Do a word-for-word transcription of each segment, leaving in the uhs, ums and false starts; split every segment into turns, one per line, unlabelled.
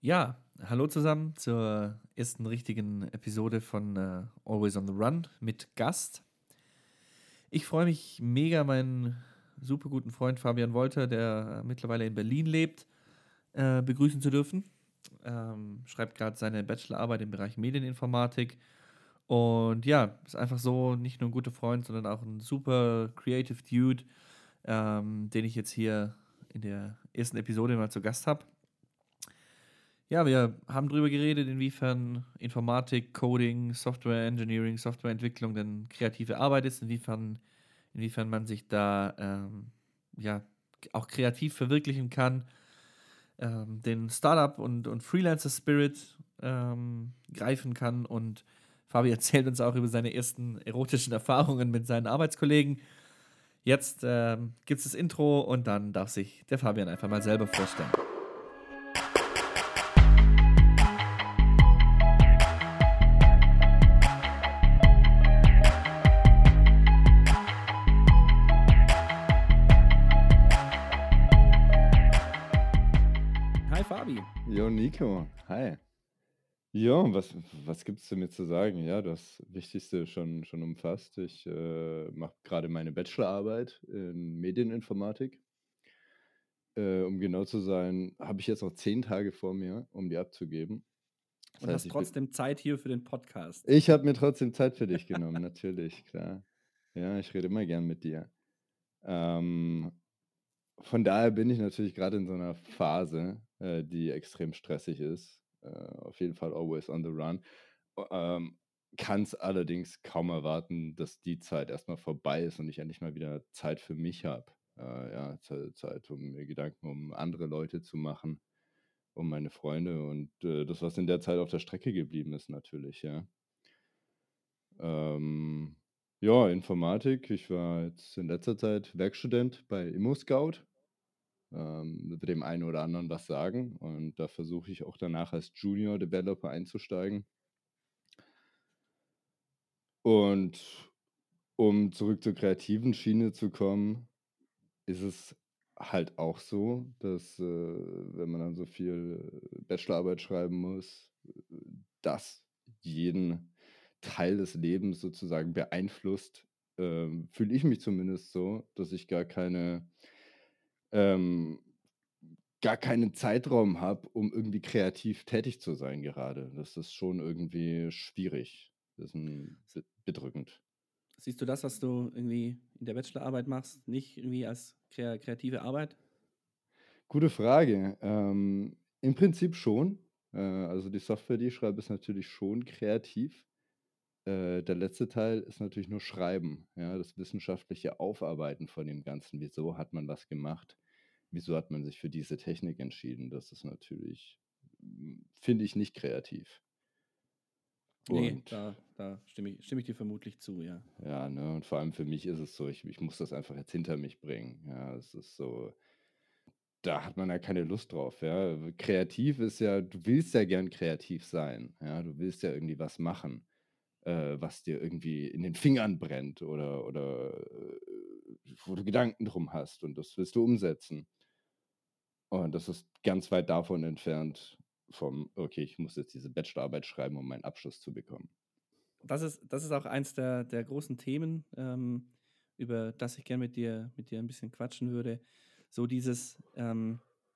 Ja, hallo zusammen zur ersten richtigen Episode von äh, Always on the Run mit Gast. Ich freue mich mega, meinen super guten Freund Fabian Wolter, der mittlerweile in Berlin lebt, äh, begrüßen zu dürfen. Ähm, schreibt gerade seine Bachelorarbeit im Bereich Medieninformatik. Und ja, ist einfach so nicht nur ein guter Freund, sondern auch ein super creative Dude, ähm, den ich jetzt hier in der ersten Episode mal zu Gast habe. Ja, wir haben darüber geredet, inwiefern Informatik, Coding, Software Engineering, Softwareentwicklung denn kreative Arbeit ist, inwiefern, inwiefern man sich da ähm, ja, auch kreativ verwirklichen kann, ähm, den Startup- und, und Freelancer-Spirit ähm, greifen kann. Und Fabi erzählt uns auch über seine ersten erotischen Erfahrungen mit seinen Arbeitskollegen. Jetzt ähm, gibt es das Intro und dann darf sich der Fabian einfach mal selber vorstellen. Hi Fabi.
Jo, Nico, hi. Jo, was, was gibt's zu mir zu sagen? Ja, das Wichtigste schon, schon umfasst. Ich äh, mache gerade meine Bachelorarbeit in Medieninformatik. Äh, um genau zu sein, habe ich jetzt noch zehn Tage vor mir, um die abzugeben. Das
Und
heißt,
hast
ich bin,
trotzdem Zeit hier für den Podcast.
ich habe mir trotzdem Zeit für dich genommen, natürlich, klar. Ja, ich rede immer gern mit dir. Ähm, von daher bin ich natürlich gerade in so einer Phase, äh, die extrem stressig ist. Äh, auf jeden Fall always on the run. Ähm, kann es allerdings kaum erwarten, dass die Zeit erstmal vorbei ist und ich endlich mal wieder Zeit für mich habe. Äh, ja, Ze Zeit, um mir Gedanken um andere Leute zu machen, um meine Freunde und, äh, das, was in der Zeit auf der Strecke geblieben ist natürlich, ja. Ähm, ja, Informatik. Ich war jetzt in letzter Zeit Werkstudent bei ImmoScout. Ähm, wird dem einen oder anderen was sagen und da versuche ich auch danach als Junior Developer einzusteigen. Und um zurück zur kreativen Schiene zu kommen, ist es halt auch so, dass, äh, wenn man dann so viel Bachelorarbeit schreiben muss, äh, das jeden Teil des Lebens sozusagen beeinflusst, ähm, fühle ich mich zumindest so, dass ich gar keine ähm, gar keinen Zeitraum habe, um irgendwie kreativ tätig zu sein gerade. Das ist schon irgendwie schwierig. Das ist 'n be bedrückend.
Siehst du das, was du irgendwie in der Bachelorarbeit machst, nicht irgendwie als krea kreative Arbeit?
Gute Frage. Ähm, im Prinzip schon. Äh, also die Software, die ich schreibe, ist natürlich schon kreativ. Äh, der letzte Teil ist natürlich nur Schreiben, ja, das wissenschaftliche Aufarbeiten von dem Ganzen. Wieso hat man was gemacht? Wieso hat man sich für diese Technik entschieden? Das ist natürlich, hm, finde ich, nicht kreativ.
Nee,
Und
da, da stimme ich, stimme ich dir vermutlich zu, ja.
ja, ne, und vor allem für mich ist es so, ich ich muss das einfach jetzt hinter mich bringen. Ja, es ist so, da hat man ja keine Lust drauf, ja. Kreativ ist ja, du willst ja gern kreativ sein, ja. Du willst ja irgendwie was machen, äh, was dir irgendwie in den Fingern brennt oder oder, äh, wo du Gedanken drum hast und das willst du umsetzen. Und das ist ganz weit davon entfernt vom: „Okay, ich muss jetzt diese Bachelorarbeit schreiben, um meinen Abschluss zu bekommen.“
Das ist, das ist auch eins der, der großen Themen, ähm, über das ich gerne mit dir, mit dir ein bisschen quatschen würde. So dieses, ähm,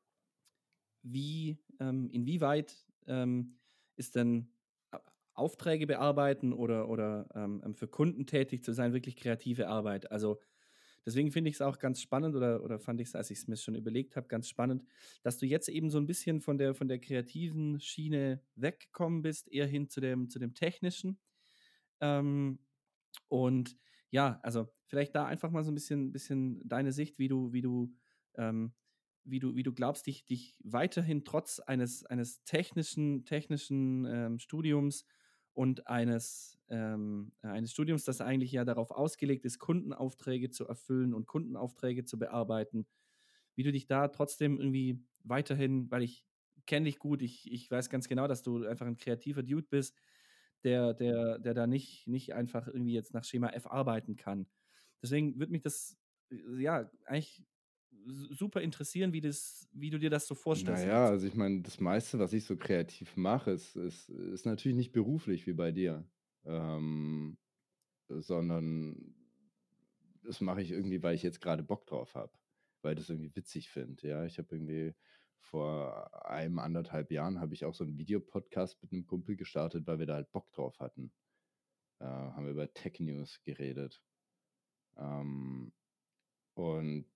wie, ähm, inwieweit ähm, ist denn A- Aufträge bearbeiten oder, oder ähm, ähm, für Kunden tätig zu sein, wirklich kreative Arbeit? Also deswegen finde ich es auch ganz spannend oder, oder fand ich es, als ich es mir schon überlegt habe, ganz spannend, dass du jetzt eben so ein bisschen von der, von der kreativen Schiene weggekommen bist, eher hin zu dem, zu dem technischen. Ähm, und ja, also vielleicht da einfach mal so ein bisschen, bisschen deine Sicht, wie du, wie du, ähm, wie du, wie du glaubst, dich, dich weiterhin trotz eines, eines technischen, technischen ähm, Studiums und eines, ähm, eines Studiums, das eigentlich ja darauf ausgelegt ist, Kundenaufträge zu erfüllen und Kundenaufträge zu bearbeiten, wie du dich da trotzdem irgendwie weiterhin, weil ich kenne dich gut, ich, ich weiß ganz genau, dass du einfach ein kreativer Dude bist, der, der, der da nicht, nicht einfach irgendwie jetzt nach Schema F arbeiten kann. Deswegen würde mich das, äh, ja, eigentlich su super interessieren, wie das wie du dir das so
Na
vorstellst
ja,
jetzt.
also ich meine, das meiste, was ich so kreativ mache, ist ist ist natürlich nicht beruflich wie bei dir, ähm, sondern das mache ich irgendwie, weil ich jetzt gerade Bock drauf habe, weil ich das irgendwie witzig finde, ja? Ich habe irgendwie vor einem, anderthalb Jahren habe ich auch so 'n Videopodcast mit 'nem Kumpel gestartet, weil wir da halt Bock drauf hatten. Äh, haben wir über Tech News geredet. Ähm, und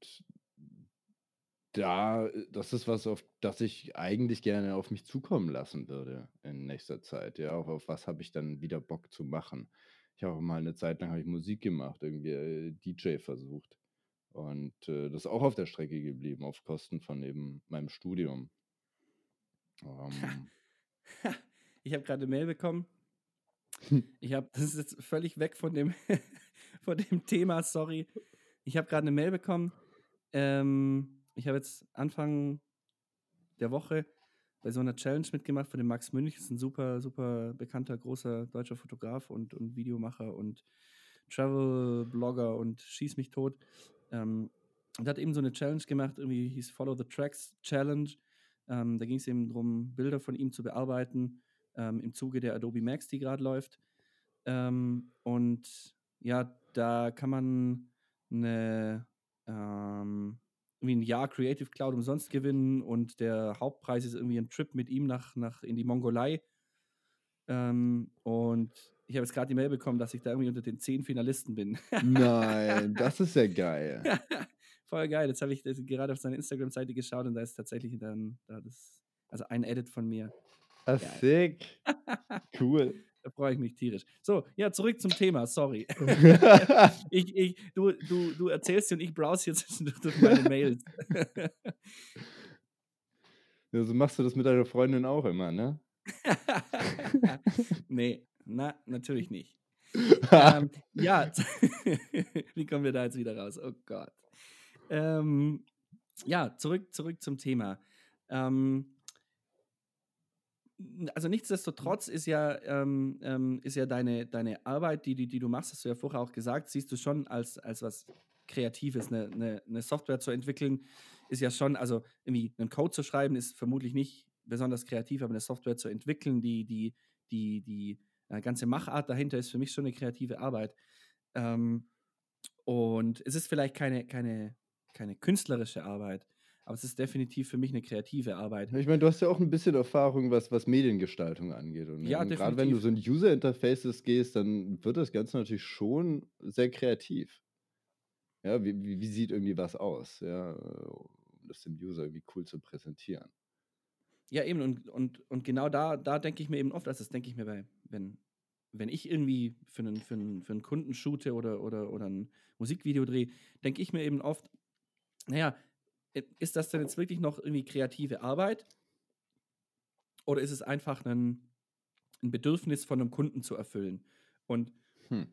da äh, das ist was, auf das ich eigentlich gerne auf mich zukommen lassen würde in nächster Zeit, ja. Auf auf was habe ich dann wieder Bock zu machen? Ich habe auch mal 'ne Zeit lang habe ich Musik gemacht, irgendwie, äh, D J versucht. Und, äh, das ist auch auf der Strecke geblieben, auf Kosten von eben meinem Studium. Ähm.
Ich habe grad 'ne Mail bekommen. Ich habe das ist jetzt völlig weg von dem von dem Thema, sorry. Ich habe grad 'ne Mail bekommen. Ähm, ich habe jetzt Anfang der Woche bei so 'ner Challenge mitgemacht von dem Max Münch. Ist 'n super, super bekannter, großer deutscher Fotograf und und Videomacher und Travel-Blogger und schieß mich tot. Ähm, und der hat eben so 'ne Challenge gemacht, irgendwie hieß „Follow the Tracks Challenge“. Ähm, da ging's eben drum, Bilder von ihm zu bearbeiten, ähm, im Zuge der Adobe Max, die grad läuft. Ähm, und ja, da kann man 'ne ähm, irgendwie 'n Jahr Creative Cloud umsonst gewinnen und der Hauptpreis ist irgendwie 'n Trip mit ihm nach nach in die Mongolei. Ähm, und ich habe jetzt grad die Mail bekommen, dass ich da irgendwie unter den zehn Finalisten bin.
Nein, das ist ja geil.
Voll geil. Jetzt habe ich das gerade auf seine Instagram-Seite geschaut und da ist tatsächlich dann da das also ein Edit von mir.
Ah,
Geil.
sick. Cool.
Da freue ich mich tierisch. So, ja, zurück zum Thema, sorry. Ich ich du du du erzählst und ich browse jetzt durch durch meine Mails.
Ja, so machst du das mit deiner Freundin auch immer, ne?
Ne, na, natürlich nicht. Ähm, ja, wie kommen wir da jetzt wieder raus? Oh Gott. Ähm, ja, zurück zurück zum Thema. Ähm N also nichtsdestotrotz ist ja ähm, ähm, ist ja deine deine Arbeit, die die die du machst, hast du ja vorher auch gesagt, siehst du schon als als was Kreatives. 'Ne 'ne 'ne Software zu entwickeln ist ja schon also irgendwie 'nen Code zu schreiben, ist vermutlich nicht besonders kreativ, aber 'ne Software zu entwickeln, die die die die, äh, ganze Machart dahinter ist für mich schon 'ne kreative Arbeit. Ähm, und es ist vielleicht keine keine keine künstlerische Arbeit, aber es ist definitiv für mich 'ne kreative Arbeit.
Ich meine, du hast ja auch 'n bisschen Erfahrung, was was Mediengestaltung angeht. Und
Ja,
und grade wenn du
definitiv.
so in User Interfaces gehst, dann wird das Ganze natürlich schon sehr kreativ. Ja, wie wie wie sieht irgendwie was aus, ja, um das dem User irgendwie cool zu präsentieren?
Ja, eben und und und genau da da denke ich mir eben oft also, das denke ich mir bei wenn wenn ich irgendwie für 'nen für 'n für 'n Kunden shoote oder oder oder 'n Musikvideo drehe, denke ich mir eben oft: „Na ja, i ist das denn jetzt wirklich noch irgendwie kreative Arbeit?“ „oder ist es einfach 'nen 'n Bedürfnis von 'nem Kunden zu erfüllen?“ Und
Hm.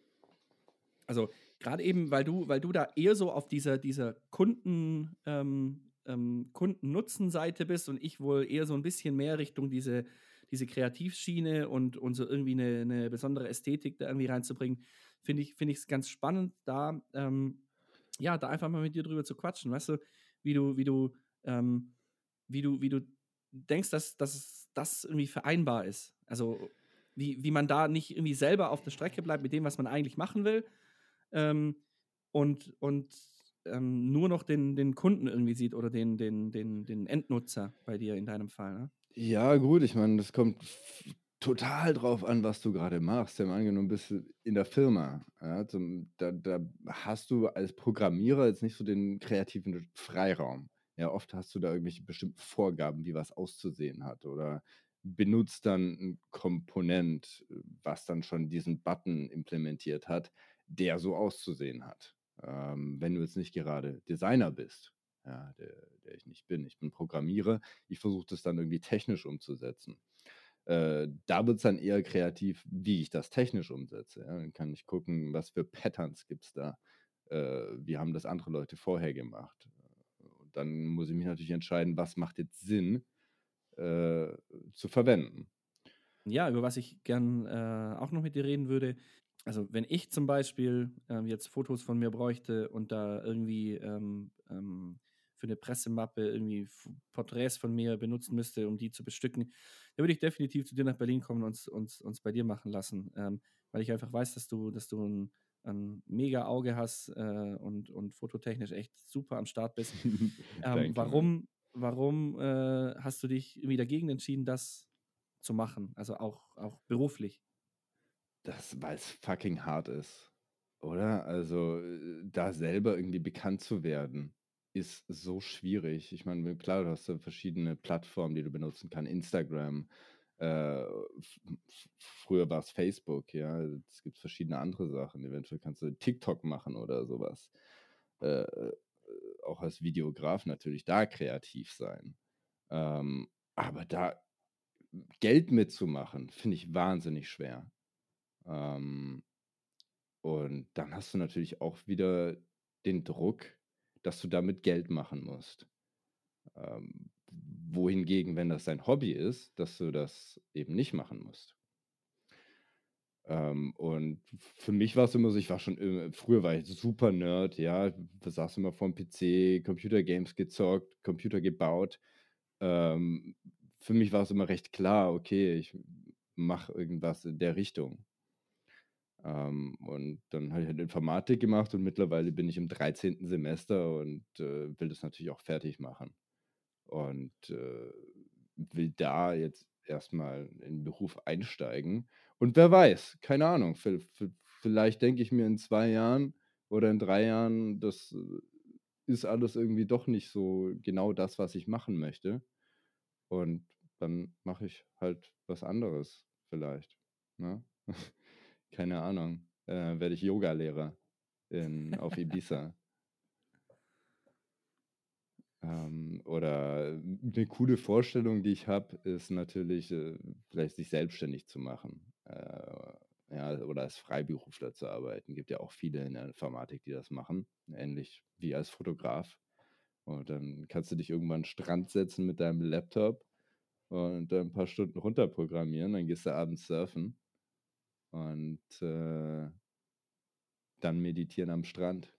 also, grade eben, weil du weil du da eher so auf dieser dieser Kunden ähm, ähm, Kunden-Nutzen-Seite bist und ich wohl eher so 'n bisschen mehr Richtung diese diese Kreativschiene und und so irgendwie 'ne 'ne besondere Ästhetik da irgendwie reinzubringen, finde ich finde ich's ganz spannend, da ähm, ja, da einfach mal mit dir drüber zu quatschen, weißt du? Wie du wie du ähm, wie du wie du denkst, dass dass das irgendwie vereinbar ist. Also, wie wie man da nicht irgendwie selber auf der Strecke bleibt mit dem, was man eigentlich machen will, ähm, und und, ähm, nur noch den den Kunden irgendwie sieht oder den den den den Endnutzer bei dir in deinem Fall, ne?
Ja, gut, ich meine, das kommt f total drauf an, was du grade machst. Ja, mal angenommen, bist du in der Firma, ja, zum da da hast du als Programmierer jetzt nicht so den kreativen Freiraum. Ja, oft hast du da irgendwelche bestimmten Vorgaben, wie was auszusehen hat oder benutzt dann 'n Komponent, was dann schon diesen Button implementiert hat, der so auszusehen hat. Ähm, wenn du jetzt nicht gerade Designer bist, ja, der der ich nicht bin. Ich bin Programmierer. Ich versuche das dann irgendwie technisch umzusetzen. Äh, da wird's dann eher kreativ, wie ich das technisch umsetze, ja? Dann kann ich gucken, was für Patterns gibt's da? Äh, wie haben das andere Leute vorher gemacht? Und dann muss ich mich natürlich entscheiden, was macht jetzt Sinn, äh, zu verwenden.
Ja, über was ich gern, äh, auch noch mit dir reden würde also, wenn ich zum Beispiel, ähm, jetzt Fotos von mir bräuchte und da irgendwie, ähm ähm, für eine Pressemappe irgendwie F Porträts von mir benutzen müsste, um die zu bestücken, dann würde ich definitiv zu dir nach Berlin kommen und uns uns bei dir machen lassen, ähm, weil ich einfach weiß, dass du dass du ein 'n mega Auge hast, äh, und und fototechnisch echt super am Start bist. Ähm,
Danke, Mann.
warum warum, äh, hast du dich irgendwie dagegen entschieden, das zu machen? Also, auch auch beruflich?
Das weil's fucking hart ist, oder? Also, äh, da selber irgendwie bekannt zu werden, ist so schwierig. Ich meine, klar, du hast ja verschiedene Plattformen, die du benutzen kann Instagram, äh, f f früher war's Facebook, ja. Es gibt verschiedene andere Sachen. Eventuell kannst du TikTok machen oder sowas. Äh, äh, auch als Videograf natürlich da kreativ sein. Ähm, aber da Geld mitzumachen, finde ich wahnsinnig schwer. Ähm, und dann hast du natürlich auch wieder den Druck, dass du damit Geld machen musst. Ähm, wohingegen, wenn das dein Hobby ist, dass du das eben nicht machen musst. Ähm, und für mich war's immer so, ich war schon äh, früher war ich super Nerd, ja, saß immer vorm P C, Computergames gezockt, Computer gebaut. Ähm, für mich war's immer recht klar, okay, ich mache irgendwas in der Richtung. Ähm, und dann habe ich halt Informatik gemacht und mittlerweile bin ich im dreizehnten Semester und, äh, will das natürlich auch fertig machen. Und, äh, will da jetzt erst mal in 'n Beruf einsteigen. Und wer weiß, keine Ahnung, vi vi vielleicht denke ich mir in zwei Jahren oder in drei Jahren, das, äh, ist alles irgendwie doch nicht so genau das, was ich machen möchte. Und dann mache ich halt was anderes vielleicht, ne? Keine Ahnung. Äh, werde ich Yogalehrer in auf Ibiza. Ähm, oder 'ne coole Vorstellung, die ich habe, ist natürlich, äh, vielleicht sich selbstständig zu machen, äh, ja, oder als Freiberufler zu arbeiten. Gibt ja auch viele in der Informatik, die das machen, ähnlich wie als Fotograf. Und dann kannst du dich irgendwann an 'n Strand setzen mit deinem Laptop und dann 'n paar Stunden runterprogrammieren, dann gehst du abends surfen und, äh dann meditieren am Strand.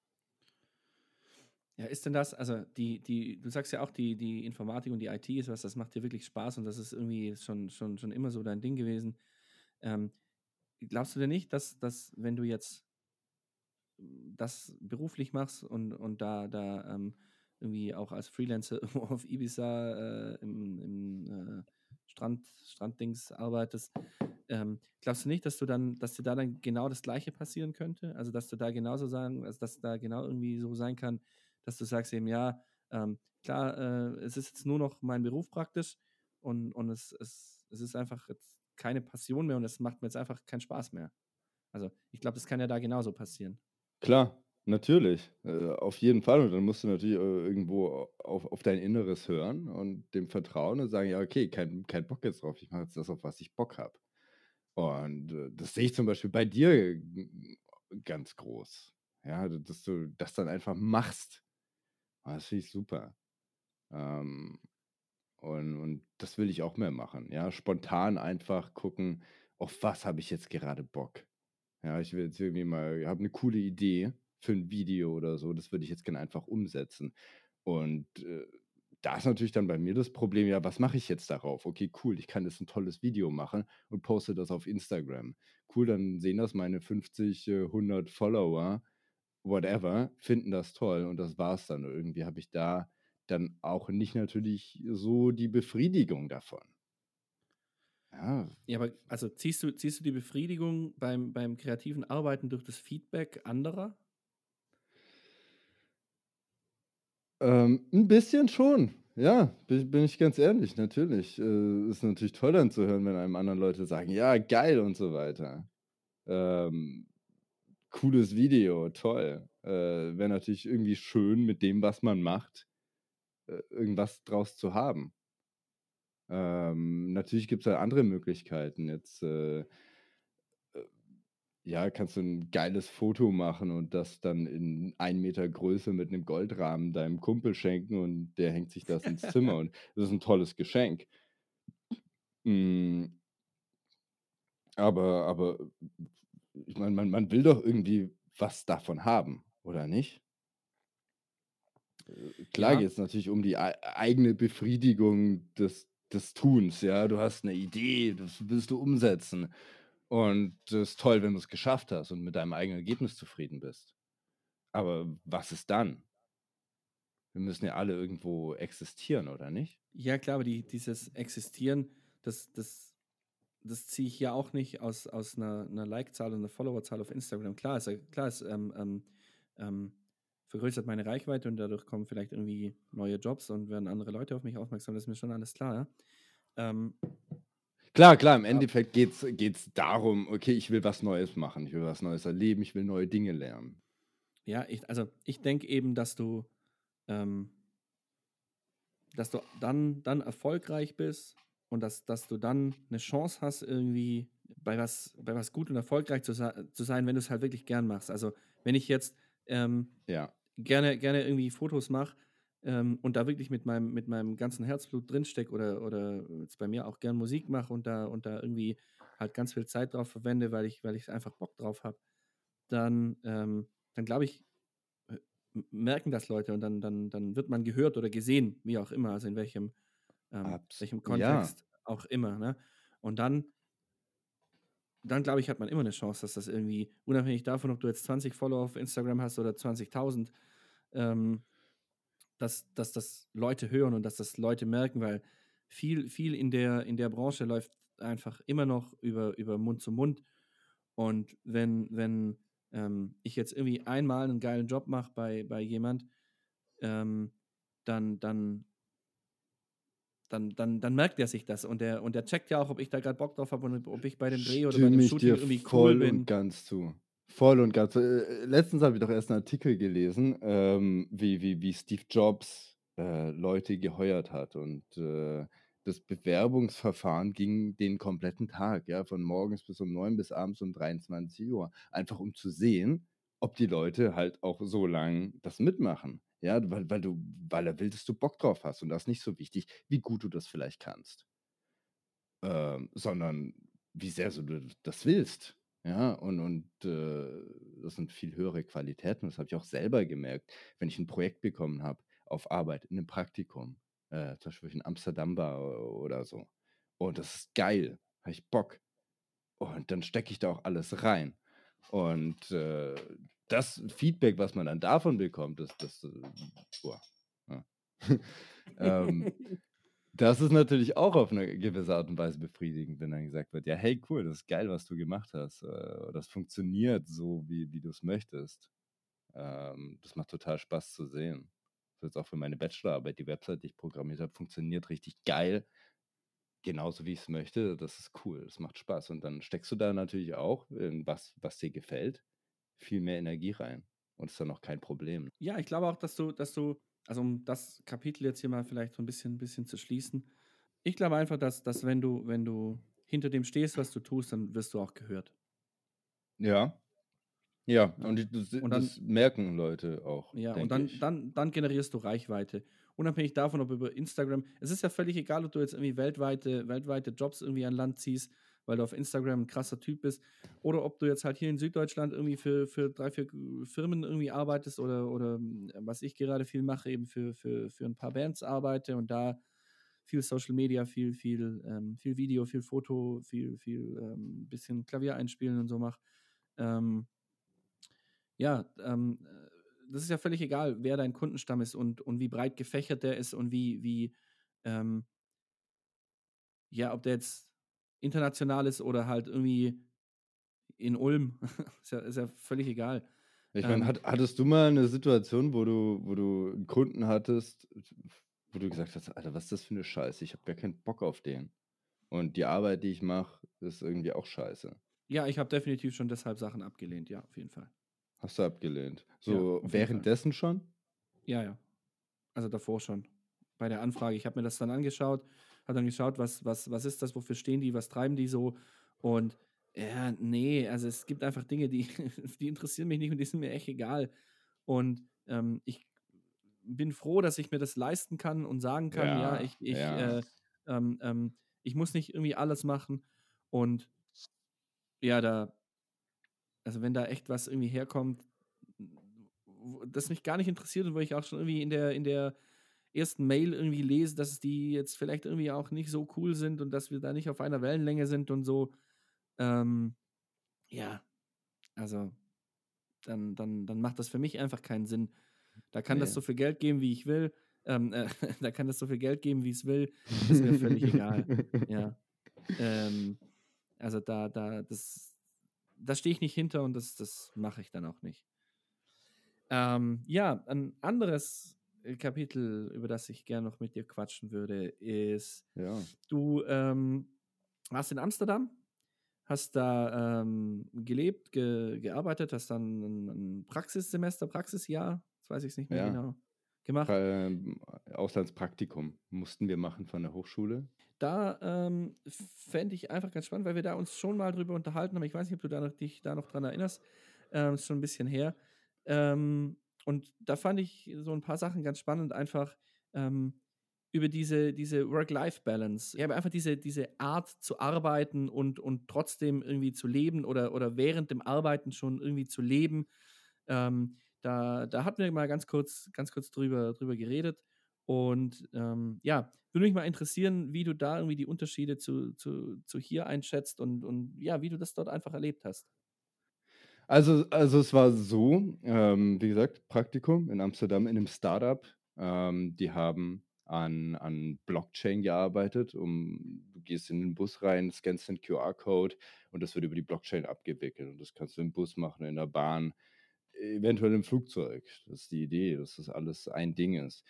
Ja, ist denn das also, die die du sagst ja auch, die die Informatik und die I T ist was, das macht dir wirklich Spaß und das ist irgendwie schon schon schon immer so dein Ding gewesen. Ähm, glaubst du denn nicht, dass dass wenn du jetzt das beruflich machst und und da da, ähm, irgendwie auch als Freelancer irgendwo auf Ibiza, äh, im im, äh, Strand Stranddings arbeitest, ähm, glaubst du nicht, dass du dann dass dir da dann genau das Gleiche passieren könnte? Also, dass du da genauso sagen also, dass da genau irgendwie so sein kann, dass du sagst eben: „Ja, ähm, klar, äh, es ist jetzt nur noch mein Beruf praktisch und und es es es ist einfach jetzt keine Passion mehr und es macht mir jetzt einfach keinen Spaß mehr.“ Also, ich glaube, das kann ja da genauso passieren.
Klar, natürlich, äh, auf jeden Fall. Und dann musst du natürlich, äh, irgendwo auf auf dein Inneres hören und dem vertrauen und sagen: „Ja, okay, kein kein Bock jetzt drauf. Ich mache jetzt das, auf was ich Bock habe.“ Und, äh, das sehe ich zum Beispiel bei dir g ganz groß. Ja, d dass du das dann einfach machst. Ah, das finde ich super. Ähm, und und das will ich auch mehr machen, ja? Spontan einfach gucken, auf was habe ich jetzt gerade Bock? Ja, ich will jetzt irgendwie mal habe 'ne coole Idee für 'n Video oder so, das würde ich jetzt gerne einfach umsetzen. Und, äh, da ist natürlich dann bei mir das Problem, ja, was mache ich jetzt darauf? Okay, cool, ich kann jetzt 'n tolles Video machen und poste das auf Instagram. Cool, dann sehen das meine fünfzig, äh, hundert Follower, whatever, finden das toll und das war's dann. Irgendwie habe ich da dann auch nicht natürlich so die Befriedigung davon. Ja.
Ja, aber also ziehst du ziehst du die Befriedigung beim beim kreativen Arbeiten durch das Feedback anderer?
Ähm, 'n bisschen schon. Ja, bin bin ich ganz ehrlich, natürlich. Äh, ist natürlich toll dann zu hören, wenn einem anderen Leute sagen: „Ja, geil“ und so weiter. Ähm, cooles Video, toll. Äh, wäre natürlich irgendwie schön, mit dem, was man macht, äh, irgendwas draus zu haben. Ähm, natürlich gibt's da andere Möglichkeiten jetzt, äh, äh ja, kannst du 'n geiles Foto machen und das dann in ein Meter Größe mit 'nem Goldrahmen deinem Kumpel schenken und der hängt sich das ins Zimmer und das ist 'n tolles Geschenk. Hm aber aber ich meine, man man will doch irgendwie was davon haben, oder nicht? Äh, klar
Ja.
geht's natürlich um die ei eigene Befriedigung des des Tuns, ja? Du hast 'ne Idee, das willst du umsetzen. Und das ist toll, wenn du's geschafft hast und mit deinem eigenen Ergebnis zufrieden bist. Aber was ist dann? Wir müssen ja alle irgendwo existieren, oder nicht?
Ja klar, aber die dieses Existieren, das das das ziehe ich ja auch nicht aus aus 'ner 'ner Like-Zahl und 'ner Followerzahl auf Instagram. Klar ist ja klar ist, ähm, ähm, ähm, vergrößert meine Reichweite und dadurch kommen vielleicht irgendwie neue Jobs und werden andere Leute auf mich aufmerksam. Das ist mir schon alles klar, ja. Ähm
Klar, klar, im
ab
Endeffekt geht's geht's darum: „Okay, ich will was Neues machen. Ich will was Neues erleben. Ich will neue Dinge lernen.“
Ja, ich also, ich denke eben, dass du, ähm dass du dann dann erfolgreich bist und dass dass du dann 'ne Chance hast, irgendwie bei was bei was gut und erfolgreich zu sei zu sein, wenn du's halt wirklich gern machst. Also, wenn ich jetzt, ähm,
Ja.
gerne gerne irgendwie Fotos mache, ähm, und da wirklich mit meinem mit meinem ganzen Herzblut drinstecke oder oder jetzt bei mir auch gern Musik mache und da und da irgendwie halt ganz viel Zeit drauf verwende, weil ich weil ich einfach Bock drauf habe, dann, ähm dann glaube ich, äh, m merken das Leute und dann dann dann wird man gehört oder gesehen, wie auch immer, also, in welchem ähm,
Abs
welchem
ja.
Kontext auch immer, ne? Und dann dann glaube ich, hat man immer 'ne Chance, dass das irgendwie unabhängig davon, ob du jetzt zwanzig Follower auf Instagram hast oder zwanzigtausend, ähm, dass dass das Leute hören und dass das Leute merken, weil viel viel in der in der Branche läuft einfach immer noch über über Mund zu Mund. Und wenn wenn, ähm, ich jetzt irgendwie einmal 'nen geilen Job mache bei bei jemand, ähm, dann dann dann dann dann merkt der sich das und der und der checkt ja auch, ob ich da grad Bock drauf habe und ob ich bei dem Dreh oder bei dem
Stimme ich
Shooting
dir
irgendwie cool
voll und
bin.
ganz zu. Voll und ganz. Äh, äh, letztens habe ich doch erst 'n Artikel gelesen, ähm, wie wie wie Steve Jobs, äh, Leute geheuert hat und, äh, das Bewerbungsverfahren ging den kompletten Tag, ja, von morgens bis um neun bis abends um dreiundzwanzig Uhr, einfach um zu sehen, ob die Leute halt auch so lang das mitmachen, ja? Weil weil du weil er will, dass du Bock drauf hast und das ist nicht so wichtig, wie gut du das vielleicht kannst. Ähm, sondern wie sehr so du das willst, ja? Und und, äh, das sind viel höhere Qualitäten. Das habe ich auch selber gemerkt, wenn ich 'n Projekt bekommen habe auf Arbeit in 'nem Praktikum, äh, zum Beispiel, wo ich in Amsterdam war o oder so. Und das ist geil, habe ich Bock. Und dann stecke ich da auch alles rein. Und, äh, das Feedback, was man dann davon bekommt, das das, äh, boah, ja. Ähm, das ist natürlich auch auf 'ne gewisse Art und Weise befriedigend, wenn dann gesagt wird: „Ja, hey, cool, das ist geil, was du gemacht hast. Äh, das funktioniert so, wie wie du's möchtest.“ Ähm, das macht total Spaß zu sehen. So jetzt auch für meine Bachelorarbeit, die Website, die ich programmiert habe, funktioniert richtig geil, genauso wie ich's möchte. Das ist cool, das macht Spaß. Und dann steckst du da natürlich auch in was was dir gefällt, viel mehr Energie rein und ist dann auch kein Problem.
Ja, ich glaube auch, dass du dass du also, um das Kapitel jetzt hier mal vielleicht so 'n bisschen bisschen zu schließen. Ich glaube einfach, dass dass wenn du wenn du hinter dem stehst, was du tust, dann wirst du auch gehört.
Ja. Ja,
Ja.
und die das
Und dann
das merken Leute auch,
Ja, und
denke
dann
ich.
dann dann generierst du Reichweite. Unabhängig davon, ob über Instagram es ist ja völlig egal, ob du jetzt irgendwie weltweite weltweite Jobs irgendwie an Land ziehst, weil du auf Instagram 'n krasser Typ bist oder ob du jetzt halt hier in Süddeutschland irgendwie für für drei, vier g Firmen irgendwie arbeitest oder oder, hm, was ich gerade viel mache, eben für für für 'n paar Bands arbeite und da viel Social Media, viel viel, ähm viel Video, viel Foto, viel viel, ähm, bisschen Klavier einspielen und so mache. Ähm ja, ähm, äh, das ist ja völlig egal, wer dein Kundenstamm ist und und wie breit gefächert der ist und wie wie, ähm ja, ob der jetzt international ist oder halt irgendwie in Ulm. Ist ja ist ja völlig egal.
Ich meine,
Ähm
hat hattest du mal 'ne Situation, wo du wo du 'n Kunden hattest, wo du gesagt hast: „Alter, was ist das für 'ne Scheiße? Ich habe gar keinen Bock auf den. Und die Arbeit, die ich mache, ist irgendwie auch scheiße.“
Ja, ich habe definitiv schon deshalb Sachen abgelehnt, ja, auf jeden Fall.
Hast du abgelehnt.
Ja,
So
auf jeden Fall.
währenddessen schon?
Ja, ja. Also, davor schon. Bei der Anfrage. Ich habe mir das dann angeschaut, habe dann geschaut, was was was ist das, wofür stehen die, was treiben die so? Und, ja, ne, also, es gibt einfach Dinge, die die interessieren mich nicht und die sind mir echt egal. Und, ähm, ich bin froh, dass ich mir das leisten kann und sagen kann: „Ja,
Ja,
ich ich,
ja.
äh, ähm, ähm ich muss nicht irgendwie alles machen.“ Und ja, da also, wenn da echt was irgendwie herkommt, wo das mich gar nicht interessiert und wo ich auch schon irgendwie in der in der ersten Mail irgendwie lese, dass die jetzt vielleicht irgendwie auch nicht so cool sind und dass wir da nicht auf einer Wellenlänge sind und so. Ähm, ja, also dann dann dann macht das für mich einfach keinen Sinn. Da kann das
Ne.
so viel Geld geben, wie ich will. Ähm, äh, da kann das so viel Geld geben, wie es will. Ist mir völlig egal. Ja. Ähm, also da da das da stehe ich nicht hinter und das das mache ich dann auch nicht. Ähm, ja, ein anderes, äh, Kapitel, über das ich gern noch mit dir quatschen würde, ist,
Ja.
du, ähm, warst in Amsterdam, hast da, ähm, gelebt, ge gearbeitet, hast dann 'n 'n Praxissemester, Praxisjahr, jetzt weiß ich's nicht mehr
Ja.
genau, gemacht.
Ähm, Auslandspraktikum mussten wir machen von der Hochschule.
Da, ähm, fände ich einfach ganz spannend, weil wir da uns schon mal drüber unterhalten haben. Ich weiß nicht, ob du da noch dich da noch dran erinnerst. Ähm, ist schon ein bisschen her. Ähm, und da fand ich so ein paar Sachen ganz spannend, einfach, ähm, über diese diese Work-Life-Balance. Ja, aber einfach diese diese Art zu arbeiten und und trotzdem irgendwie zu leben oder oder während dem Arbeiten schon irgendwie zu leben. Ähm, da da hatten wir mal ganz kurz ganz kurz drüber drüber geredet und, ähm, ja, würde mich mal interessieren, wie du da irgendwie die Unterschiede zu zu zu hier einschätzt und und ja, wie du das dort einfach erlebt hast.
Also also, es war so, ähm, wie gesagt, Praktikum in Amsterdam in 'nem Start-up. Ähm, die haben an an Blockchain gearbeitet, um du gehst in den Bus rein, scannst den Q R-Code und das wird über die Blockchain abgewickelt. Und das kannst du im Bus machen, in der Bahn, eventuell im Flugzeug. Das ist die Idee, dass das alles ein Ding ist.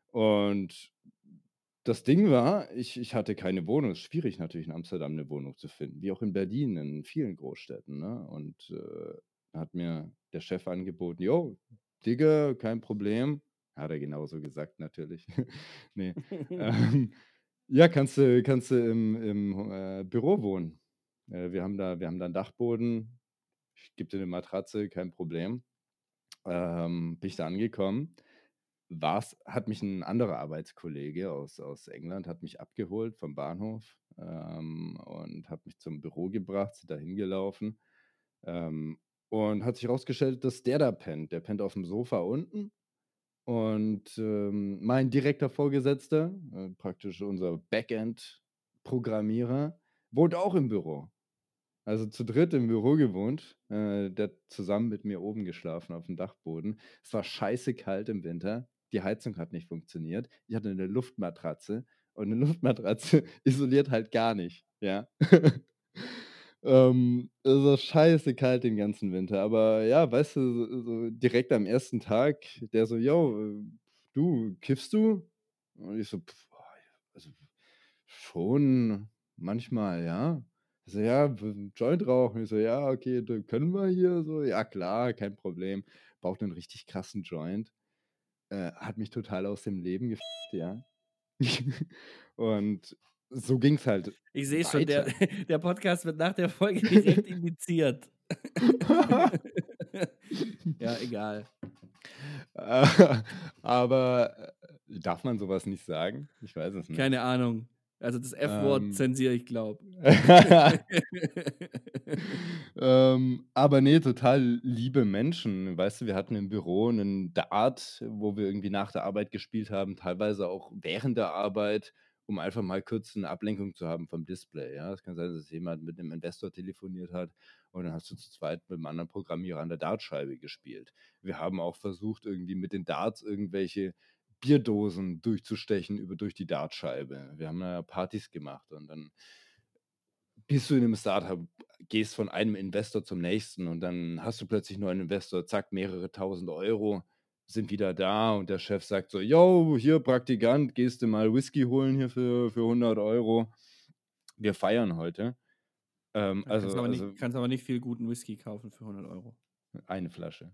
Und das Ding war, ich ich hatte keine Wohnung. Es ist schwierig natürlich in Amsterdam 'ne Wohnung zu finden, wie auch in Berlin, in vielen Großstädten, ne? Und, äh, da hat mir der Chef angeboten: „Jo, Digga, kein Problem.“ Hat er genauso gesagt natürlich. Ne, ähm, ja, kannst du kannst du im im, äh, Büro wohnen. Äh, wir haben da wir haben da 'n Dachboden. Ich gebe dir 'ne Matratze, kein Problem. Ähm, bin ich da angekommen, war's hat mich 'n anderer Arbeitskollege aus aus England hat mich abgeholt vom Bahnhof, ähm, und hat mich zum Büro gebracht, sind da hingelaufen, ähm, und hat sich rausgestellt, dass der da pennt. Der pennt aufm Sofa unten und, ähm, mein direkter Vorgesetzter, äh, praktisch unser Backend-Programmierer, wohnt auch im Büro. Also, zu dritt im Büro gewohnt. Äh, der hat zusammen mit mir oben geschlafen aufm Dachboden. Es war scheißekalt im Winter. Die Heizung hat nicht funktioniert. Ich hatte 'ne Luftmatratze und 'ne Luftmatratze isoliert halt gar nicht, ja? Ähm, es war scheißekalt den ganzen Winter, aber ja, weißt du, so so direkt am ersten Tag, der so: „Jo, äh, du, kiffst du?“ Und ich so: „Oh ja, also schon manchmal, ja.“ Er so: „Ja, w Joint rauchen?“ Ich so: „Ja, okay, d können wir hier so?“ „Ja klar, kein Problem.“ Raucht 'nen richtig krassen Joint. Äh, hat mich total aus dem Leben gefickt, ja. Und so ging's halt
Ich sehe schon, der
weiter.
der Podcast wird nach der Folge direkt indiziert. Ja, egal.
Äh, aber, äh, darf man so was nicht sagen? Ich weiß es nicht.
Keine Ahnung. Also, das F-Wort
Ähm.
zensiere ich, glaube.
Ähm, aber ne, total liebe Menschen. Weißt du, wir hatten im Büro 'nen Dart, wo wir irgendwie nach der Arbeit gespielt haben, teilweise auch während der Arbeit, um einfach mal kurz 'ne Ablenkung zu haben vom Display, ja? Es kann sein, dass jemand mit 'nem Investor telefoniert hat und dann hast du zu zweit mit 'nem anderen Programmierer an der Dartscheibe gespielt. Wir haben auch versucht, irgendwie mit den Darts irgendwelche Bierdosen durchzustechen über durch die Dartscheibe. Wir haben da Partys gemacht und dann bist du in 'nem Start-up, gehst von einem Investor zum nächsten und dann hast du plötzlich 'n neuen Investor, zack, mehrere Tausend Euro sind wieder da und der Chef sagt so: „Jo, hier Praktikant, gehst du mal Whisky holen hier für für hundert Euro. Wir feiern heute.“ Ähm,
Da kannst du
also
aber
also
nicht kannst aber nicht viel guten Whisky kaufen für hundert Euro.
Eine Flasche.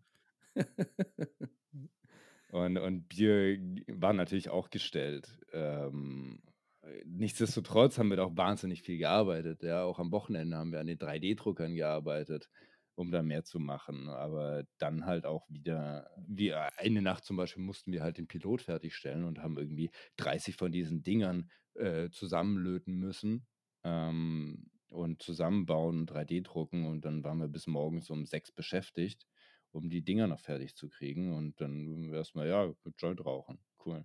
Und und Bier g war natürlich auch gestellt. Ähm, äh, nichtsdestotrotz haben wir da auch wahnsinnig viel gearbeitet, ja. Auch am Wochenende haben wir an den drei D-Druckern gearbeitet, um da mehr zu machen. Aber dann halt auch wieder wir eine Nacht zum Beispiel mussten wir halt den Pilot fertigstellen und haben irgendwie dreißig von diesen Dingern, äh, zusammenlöten müssen, ähm, und zusammenbauen, drei D drucken und dann waren wir bis morgens um sechs beschäftigt. um die Dinger noch fertig zu kriegen. Und dann erstmal, ja, Joint rauchen. Cool.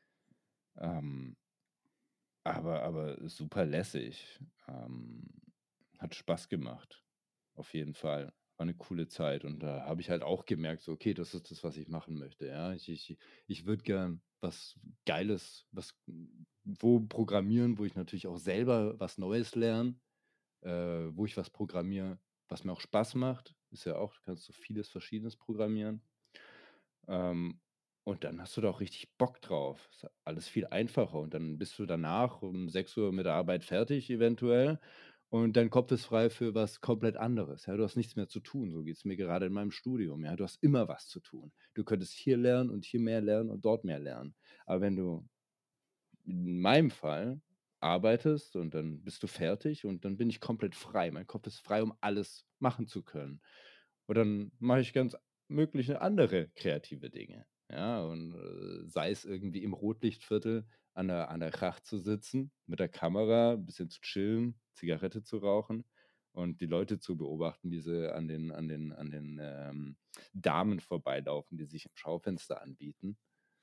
Ähm, aber, aber super lässig. Ähm, hat Spaß gemacht. Auf jeden Fall. War eine coole Zeit. Und da habe ich halt auch gemerkt, so, okay, das ist das, was ich machen möchte. Ja, ich, ich, ich würde gern was Geiles, was wo programmieren, wo ich natürlich auch selber was Neues lerne, äh, wo ich was programmiere, was mir auch Spaß macht. Ist ja auch, du kannst so vieles Verschiedenes programmieren. Ähm, und dann hast du da auch richtig Bock drauf. Ist alles viel einfacher. Und dann bist du danach um sechs Uhr mit der Arbeit fertig, eventuell. Und dein Kopf ist frei für was komplett anderes. Ja, du hast nichts mehr zu tun. So geht es mir gerade in meinem Studium. Ja, du hast immer was zu tun. Du könntest hier lernen und hier mehr lernen und dort mehr lernen. Aber wenn du in meinem Fall arbeitest und dann bist du fertig und dann bin ich komplett frei. Mein Kopf ist frei, um alles machen zu können. Und dann mache ich ganz mögliche andere kreative Dinge. Ja, und äh, sei es irgendwie im Rotlichtviertel an der, an der Chach zu sitzen, mit der Kamera, ein bisschen zu chillen, Zigarette zu rauchen und die Leute zu beobachten, wie sie an den, an den, an den ähm, Damen vorbeilaufen, die sich im Schaufenster anbieten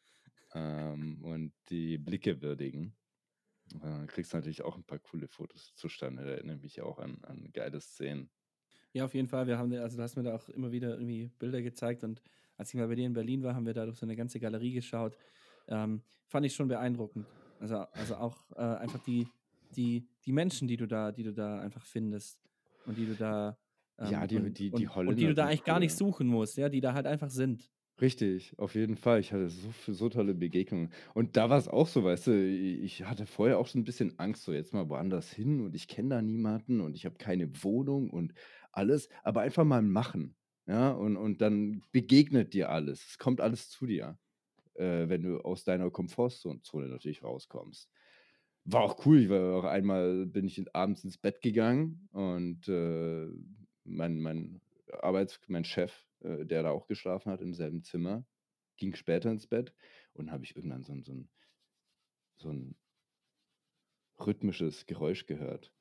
ähm, und die Blicke würdigen. Äh, kriegst natürlich auch ein paar coole Fotos zustande. Da erinnere mich auch an, an geile Szenen.
Ja, auf jeden Fall. Wir haben, also du hast mir da auch immer wieder irgendwie Bilder gezeigt und als ich mal bei dir in Berlin war, haben wir da durch so eine ganze Galerie geschaut. Ähm, fand ich schon beeindruckend. Also, also auch äh, einfach die, die, die Menschen, die du da, die du da einfach findest und die du da
Ja,
ähm,
die,
und,
die, die
und, und die
Holländer
du da
sind
eigentlich gar nicht
cool.
suchen musst, ja, die da halt einfach sind.
Richtig, auf jeden Fall. Ich hatte so, viel- so tolle Begegnungen. Und da war es auch so, weißt du, ich hatte vorher auch so ein bisschen Angst, so jetzt mal woanders hin und ich kenne da niemanden und ich habe keine Wohnung und alles, aber einfach mal machen. Ja, und, und dann begegnet dir alles. Es kommt alles zu dir, äh, wenn du aus deiner Komfortzone natürlich rauskommst. War auch cool. Ich war auch einmal bin ich in, abends ins Bett gegangen und äh, mein, mein Arbeits, mein Chef, äh, der da auch geschlafen hat im selben Zimmer, ging später ins Bett und habe ich irgendwann so ein, so ein, so ein rhythmisches Geräusch gehört.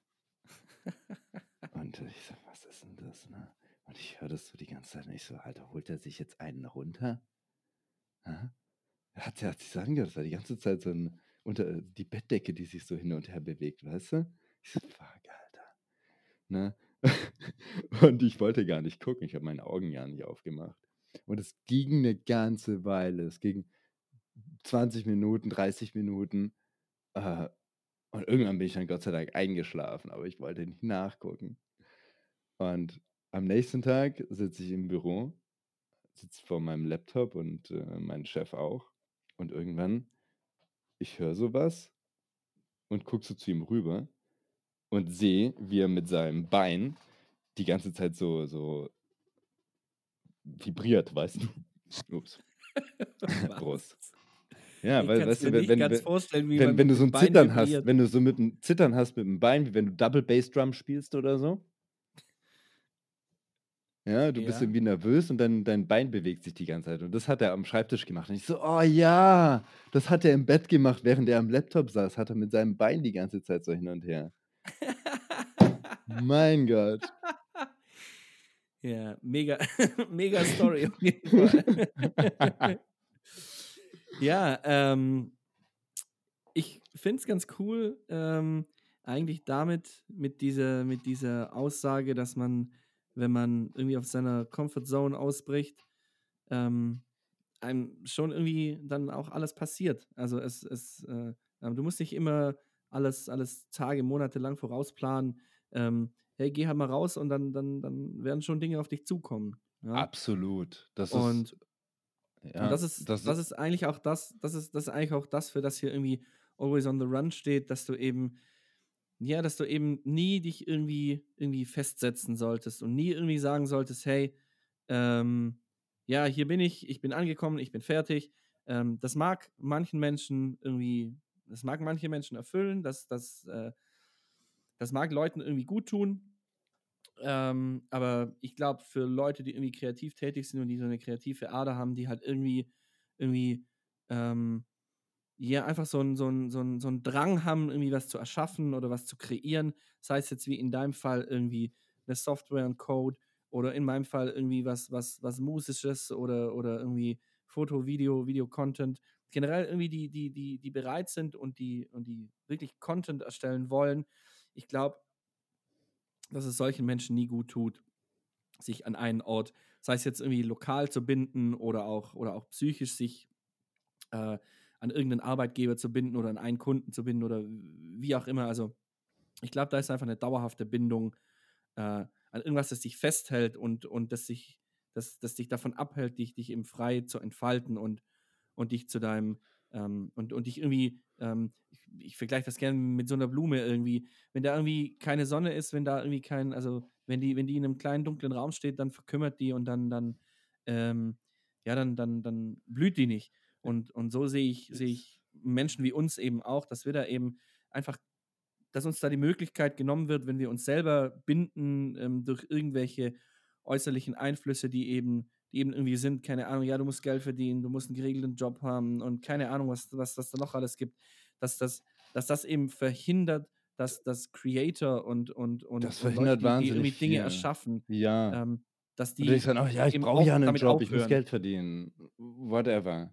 Und ich so, was ist denn das? Ne? Und ich höre das so die ganze Zeit und ich so, Alter, holt er sich jetzt einen runter? Hä? Er hat, er hat sich so angehört, das war die ganze Zeit so ein, unter die Bettdecke, die sich so hin und her bewegt, weißt du? Ich so, fuck, Alter. Ne? Und ich wollte gar nicht gucken. Ich habe meine Augen ja nicht aufgemacht. Und es ging eine ganze Weile. Es ging zwanzig Minuten, dreißig Minuten. Äh, und irgendwann bin ich dann Gott sei Dank eingeschlafen, aber ich wollte nicht nachgucken. Und am nächsten Tag sitze ich im Büro, sitze vor meinem Laptop und äh, mein Chef auch. Und irgendwann, ich höre sowas und gucke so zu ihm rüber und sehe, wie er mit seinem Bein die ganze Zeit so, so vibriert, weißt du? Ups.
Was?
Prost. Ja,
Ich
weil,
kann es
weißt
mir
du, wenn,
nicht
wenn,
ganz
wenn,
vorstellen, wie
wenn
man
wenn
mit
du so
dem
ein
Bein
Zittern hast,
vibriert.
wenn du so mit einem Zittern hast mit dem Bein, wie wenn du Double Bass Drum spielst oder so, ja, du bist
Ja.
irgendwie nervös und dein, dein Bein bewegt sich die ganze Zeit. Und das hat er am Schreibtisch gemacht. Und ich so, oh ja, das hat er im Bett gemacht, während er am Laptop saß, hat er mit seinem Bein die ganze Zeit so hin und her. Mein Gott.
Ja, mega, mega Story auf jeden Fall. Ja, ähm, ich finde es ganz cool, ähm, eigentlich damit, mit dieser, mit dieser Aussage, dass man, wenn man irgendwie auf seiner Comfort Zone ausbricht, ähm, einem schon irgendwie dann auch alles passiert. Also es, es, äh, ähm, du musst nicht immer alles, alles Tage, Monate lang vorausplanen. Ähm, hey, geh halt mal raus und dann, dann, dann werden schon Dinge auf dich zukommen. Ja?
Absolut. Das ist,
Und Und
ja,
das ist,
das
das
ist,
ist eigentlich auch das, das ist, das ist eigentlich auch das, für das hier irgendwie Always on the Run steht, dass du eben, ja, dass du eben nie dich irgendwie, irgendwie festsetzen solltest und nie irgendwie sagen solltest, hey, ähm, ja, hier bin ich, ich bin angekommen, ich bin fertig. Ähm, das mag manchen Menschen irgendwie, das mag manche Menschen erfüllen, das, das, äh, das mag Leuten irgendwie gut tun. Ähm, aber ich glaube, für Leute, die irgendwie kreativ tätig sind und die so eine kreative Ader haben, die halt irgendwie, irgendwie, ähm, ja, einfach so einen so einen so einen so einen Drang haben, irgendwie was zu erschaffen oder was zu kreieren, sei es jetzt wie in deinem Fall irgendwie eine Software, ein Code oder in meinem Fall irgendwie was, was, was Musisches oder, oder irgendwie Foto, Video, Video-Content. Generell irgendwie die, die, die, die bereit sind und die, und die wirklich Content erstellen wollen. Ich glaube, dass es solchen Menschen nie gut tut, sich an einen Ort, sei es jetzt irgendwie lokal zu binden oder auch, oder auch psychisch sich äh, an irgendeinen Arbeitgeber zu binden oder an einen Kunden zu binden oder wie auch immer. Also ich glaube, da ist einfach eine dauerhafte Bindung äh, an irgendwas, das dich festhält und, und das, sich, das, das dich davon abhält, dich, dich eben frei zu entfalten und, und dich zu deinem ähm, und, und dich irgendwie, ähm, ich, ich vergleiche das gerne mit so einer Blume irgendwie, wenn da irgendwie keine Sonne ist, wenn da irgendwie kein, also wenn die, wenn die in einem kleinen dunklen Raum steht, dann verkümmert die und dann, dann, ähm, ja, dann, dann, dann blüht die nicht. Und, und so sehe ich, sehe
Ist
ich Menschen wie uns eben auch, dass wir da eben einfach, dass uns da die Möglichkeit genommen wird, wenn wir uns selber binden ähm, durch irgendwelche äußerlichen Einflüsse, die eben, die eben irgendwie sind, keine Ahnung, ja, du musst Geld verdienen, du musst einen geregelten Job haben und keine Ahnung, was, was das da noch alles gibt, dass das, dass das eben verhindert, dass, dass Creator und, und, und,
das
und Leute,
verhindert
die, die
wahnsinnig
irgendwie Dinge
viel.
erschaffen,
Ja.
ähm, dass
Und du denkst
die
dann auch: „Ja, ich
eben
brauche
auf,
ja 'nen
damit
Job, ich muss
aufhören.
Geld verdienen.“ Whatever.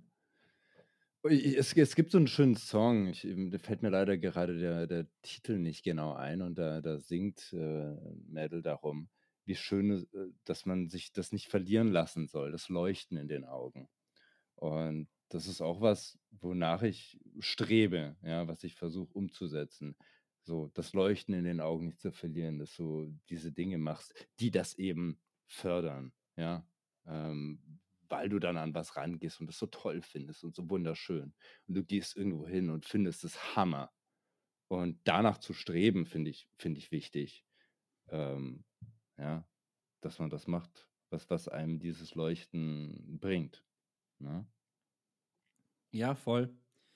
I es es gibt so 'n schönen Song, ich ähm, da fällt mir leider gerade der der Titel nicht genau ein und da da singt, äh, Mädel darum, wie schön es äh, dass man sich das nicht verlieren lassen soll, das Leuchten in den Augen. Und das ist auch was, wonach ich strebe, ja, was ich versuche umzusetzen. So, das Leuchten in den Augen nicht zu verlieren, dass du diese Dinge machst, die das eben fördern, ja, ähm, weil du dann an was rangehst und das so toll findest und so wunderschön. Und du gehst irgendwo hin und findest es Hammer. Und danach zu streben, finde ich finde ich wichtig, ähm, ja, dass man das macht, was was einem dieses Leuchten bringt, ne?
Ja, voll.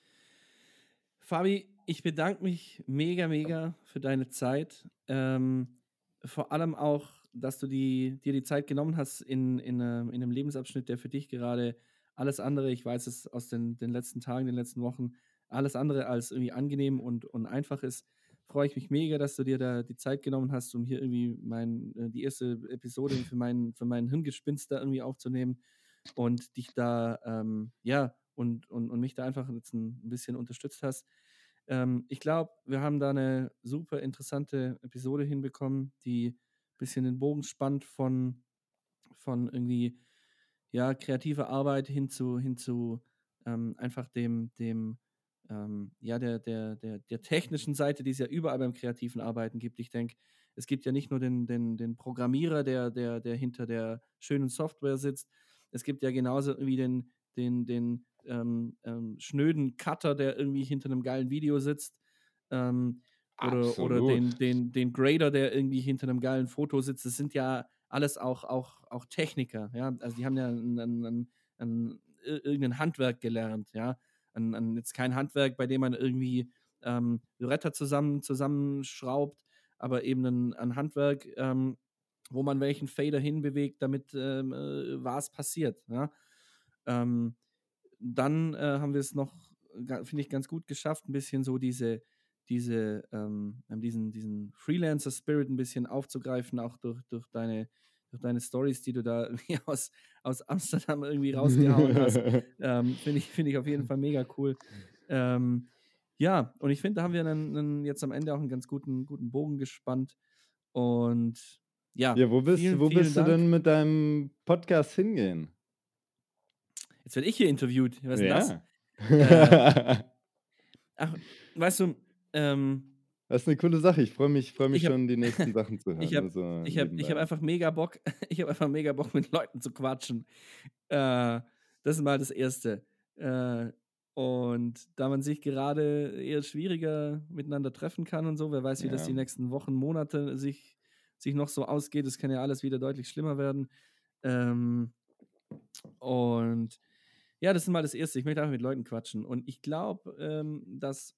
Fabi, ich bedanke mich mega, mega für deine Zeit. Ähm, vor allem auch, dass du die, dir die Zeit genommen hast in, in, äh, in einem Lebensabschnitt, der für dich gerade alles andere, ich weiß es aus den, den letzten Tagen, den letzten Wochen, alles andere als irgendwie angenehm und, und einfach ist. Freue ich mich mega, dass du dir da die Zeit genommen hast, um hier irgendwie mein, äh, die erste Episode für meinen, für meinen Hirngespinst da irgendwie aufzunehmen und dich da, ähm, ja, und, und, und mich da einfach jetzt ein, ein bisschen unterstützt hast. Ähm, ich glaube, wir haben da eine super interessante Episode hinbekommen, die ein bisschen den Bogen spannt von, von irgendwie, ja, kreativer Arbeit hin zu, hin zu ähm, einfach dem, dem, ähm, ja, der, der, der, der technischen Seite, die es ja überall beim kreativen Arbeiten gibt. Ich denke, es gibt ja nicht nur den, den, den Programmierer, der, der, der hinter der schönen Software sitzt. Es gibt ja genauso irgendwie den, den, den ähm, ähm, schnöden Cutter, der irgendwie hinter einem geilen Video sitzt. Ähm, oder oder
Absolut.
den, den, den Grader, der irgendwie hinter einem geilen Foto sitzt. Das sind ja alles auch, auch, auch Techniker, ja. Also die haben ja ein, ein, ein, ein, irgendein Handwerk gelernt, ja. Ein, ein, jetzt kein Handwerk, bei dem man irgendwie ähm, Bretter zusammen, zusammenschraubt, aber eben ein, ein Handwerk, ähm, wo man welchen Fader hinbewegt, damit ähm, äh, was passiert. Ja? Ähm, dann äh, haben wir es noch, finde ich, ganz gut geschafft, ein bisschen so diese, diese, ähm, diesen, diesen Freelancer-Spirit ein bisschen aufzugreifen, auch durch, durch deine, durch deine Stories, die du da irgendwie aus, aus Amsterdam irgendwie rausgehauen hast. Ähm, finde ich, finde ich auf jeden Fall mega cool. Ähm, ja, und ich finde, da haben wir einen, einen, jetzt am Ende auch einen ganz guten, guten Bogen gespannt. Und ja,
Ja, wo willst du
vielen,
wo
vielen
willst du
Dank.
denn mit deinem Podcast hingehen?
Jetzt werde ich hier interviewt. Was ist denn das?
Ja.
Äh, ach, weißt du, ähm,
Das ist 'ne coole Sache. Ich freue mich freue mich
ich habe
schon, die nächsten Sachen zu
ich
hören,
habe
nur so
ich habe ich habe
nebenbei.
einfach mega Bock ich habe einfach mega Bock, mit Leuten zu quatschen. Äh, das ist mal das Erste. Äh, und da man sich gerade eher schwieriger miteinander treffen kann und so, wer weiß, wie das
Ja.
die nächsten Wochen, Monate sich sich noch so ausgeht. Es kann ja alles wieder deutlich schlimmer werden. Ähm, und ja, das ist mal das Erste. Ich möchte einfach mit Leuten quatschen. Und ich glaube, ähm, dass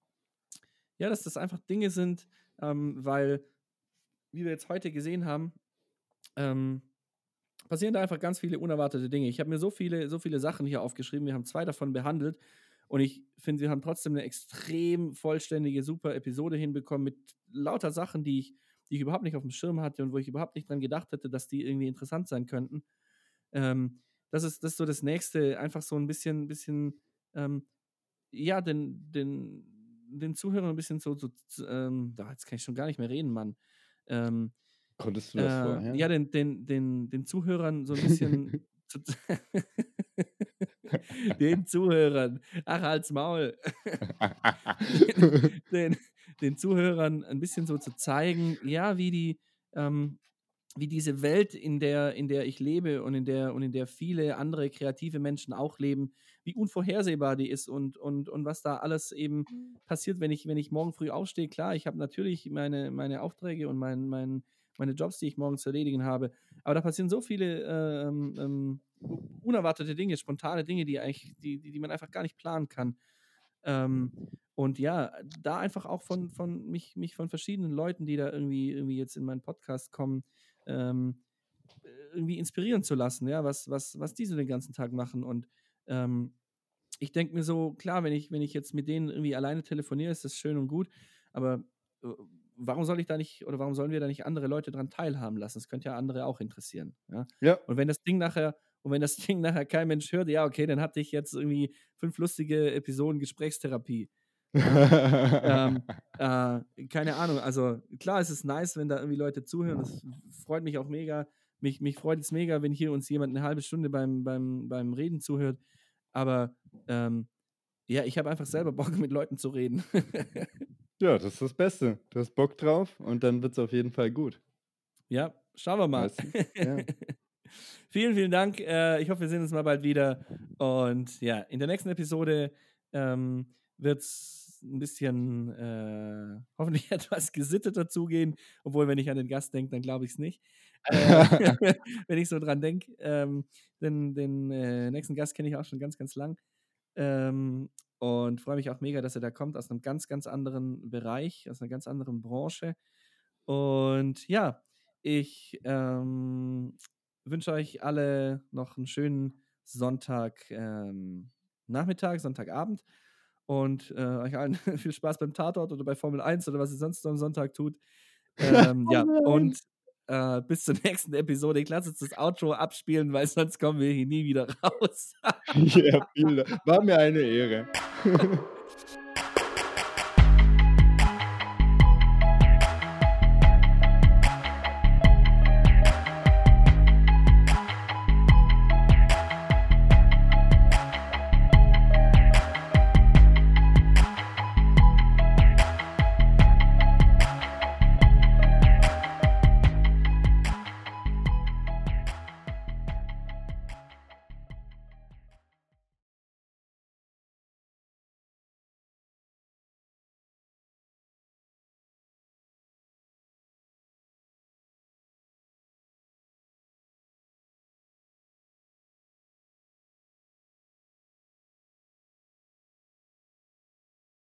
ja, dass das einfach Dinge sind, ähm, weil, wie wir jetzt heute gesehen haben, ähm, passieren da einfach ganz viele unerwartete Dinge. Ich habe mir so viele, so viele Sachen hier aufgeschrieben. Wir haben zwei davon behandelt. Und ich finde, wir haben trotzdem eine extrem vollständige, super Episode hinbekommen mit lauter Sachen, die ich, die ich überhaupt nicht auf dem Schirm hatte und wo ich überhaupt nicht dran gedacht hätte, dass die irgendwie interessant sein könnten. Ähm, das ist das ist so das Nächste, einfach so ein bisschen bisschen, ähm, ja, den den den Zuhörern ein bisschen so so z ähm ah, jetzt kann ich schon gar nicht mehr reden, Mann. Ähm,
Konntest du das
äh, ja,
vorher?
den den den den Zuhörern so ein bisschen zu den Zuhörern, ach, halt's Maul. Den den den Zuhörern ein bisschen so zu zeigen, ja, wie die ähm, wie diese Welt, in der in der ich lebe und in der und in der viele andere kreative Menschen auch leben, wie unvorhersehbar die ist und und und was da alles eben passiert, wenn ich wenn ich morgen früh aufstehe. Klar, ich habe natürlich meine meine Aufträge und mein mein meine Jobs, die ich morgen zu erledigen habe, aber da passieren so viele, ähm, ähm, u unerwartete Dinge, spontane Dinge, die eigentlich die die die man einfach gar nicht planen kann. Ähm, und ja, da einfach auch von von mich mich von verschiedenen Leuten, die da irgendwie irgendwie jetzt in meinen Podcast kommen, ähm, äh, irgendwie inspirieren zu lassen, ja, was was was die so den ganzen Tag machen. Und, ähm, ich denke mir so, klar, wenn ich wenn ich jetzt mit denen irgendwie alleine telefoniere, ist das schön und gut, aber, äh, warum soll ich da nicht oder warum sollen wir da nicht andere Leute dran teilhaben lassen? Das könnte ja andere auch interessieren, ja?
Ja.
Und wenn das Ding nachher und wenn das Ding nachher kein Mensch hört, ja, okay, dann hatte ich jetzt irgendwie fünf lustige Episoden Gesprächstherapie, ja? Ähm, äh, keine Ahnung, also klar, es ist nice, wenn da irgendwie Leute zuhören. Das freut mich auch mega. Mich, mich freut es mega, wenn hier uns jemand eine halbe Stunde beim, beim, beim Reden zuhört. Aber ähm, ja, ich habe einfach selber Bock, mit Leuten zu reden.
Ja, das ist das Beste. Du hast Bock drauf und dann wird's auf jeden Fall gut.
Ja, schauen wir mal.
Weißt du? Ja.
Vielen, vielen Dank. Äh, ich hoffe, wir sehen uns mal bald wieder. Und ja, in der nächsten Episode ähm, wird es ein bisschen äh, hoffentlich etwas gesitteter zugehen. Obwohl, wenn ich an den Gast denke, dann glaube ich es nicht. Äh, wenn ich so dran denke. Ähm, den den äh, nächsten Gast kenne ich auch schon ganz, ganz lang. Ähm, und freue mich auch mega, dass er da kommt aus einem ganz, ganz anderen Bereich, aus einer ganz anderen Branche. Und ja, ich ähm, wünsche euch alle noch einen schönen Sonntag, ähm, Nachmittag, Sonntagabend und, äh, euch allen viel Spaß beim Tatort oder bei Formel eins oder was ihr sonst so am Sonntag tut. Ähm, ja, und, äh, bis zur nächsten Episode. Ich lasse jetzt das Outro abspielen, weil sonst kommen wir hier nie wieder raus.
Ja, vielen Dank. War mir eine Ehre.